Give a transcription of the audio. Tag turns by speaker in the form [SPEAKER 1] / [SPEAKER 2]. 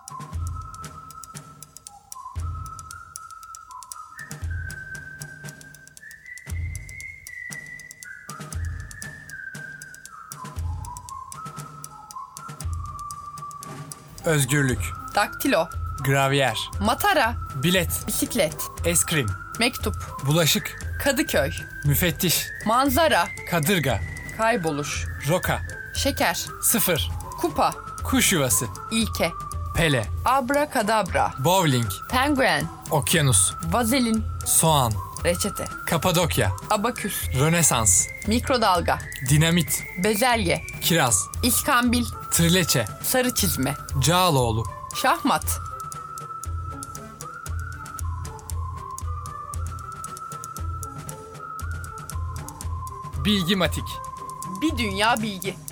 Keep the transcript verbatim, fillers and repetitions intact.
[SPEAKER 1] Özgürlük.
[SPEAKER 2] Daktilo.
[SPEAKER 1] Gravyer.
[SPEAKER 2] Matara.
[SPEAKER 1] Bilet.
[SPEAKER 2] Bisiklet.
[SPEAKER 1] Eskrim.
[SPEAKER 2] Mektup.
[SPEAKER 1] Bulaşık.
[SPEAKER 2] Kadıköy.
[SPEAKER 1] Müfettiş.
[SPEAKER 2] Manzara.
[SPEAKER 1] Kadırga.
[SPEAKER 2] Kayboluş.
[SPEAKER 1] Roka.
[SPEAKER 2] Şeker.
[SPEAKER 1] Sıfır.
[SPEAKER 2] Kupa.
[SPEAKER 1] Kuş yuvası.
[SPEAKER 2] İlke.
[SPEAKER 1] Pele.
[SPEAKER 2] Abrakadabra.
[SPEAKER 1] Bowling.
[SPEAKER 2] Penguen.
[SPEAKER 1] Okyanus.
[SPEAKER 2] Vazelin.
[SPEAKER 1] Soğan.
[SPEAKER 2] Reçete.
[SPEAKER 1] Kapadokya.
[SPEAKER 2] Abaküs.
[SPEAKER 1] Rönesans.
[SPEAKER 2] Mikrodalga.
[SPEAKER 1] Dinamit.
[SPEAKER 2] Bezelye.
[SPEAKER 1] Kiraz.
[SPEAKER 2] İskambil.
[SPEAKER 1] Trileçe.
[SPEAKER 2] Sarı çizme.
[SPEAKER 1] Cağaloğlu.
[SPEAKER 2] Şahmat.
[SPEAKER 1] Bilgimatik.
[SPEAKER 2] Bir dünya bilgi.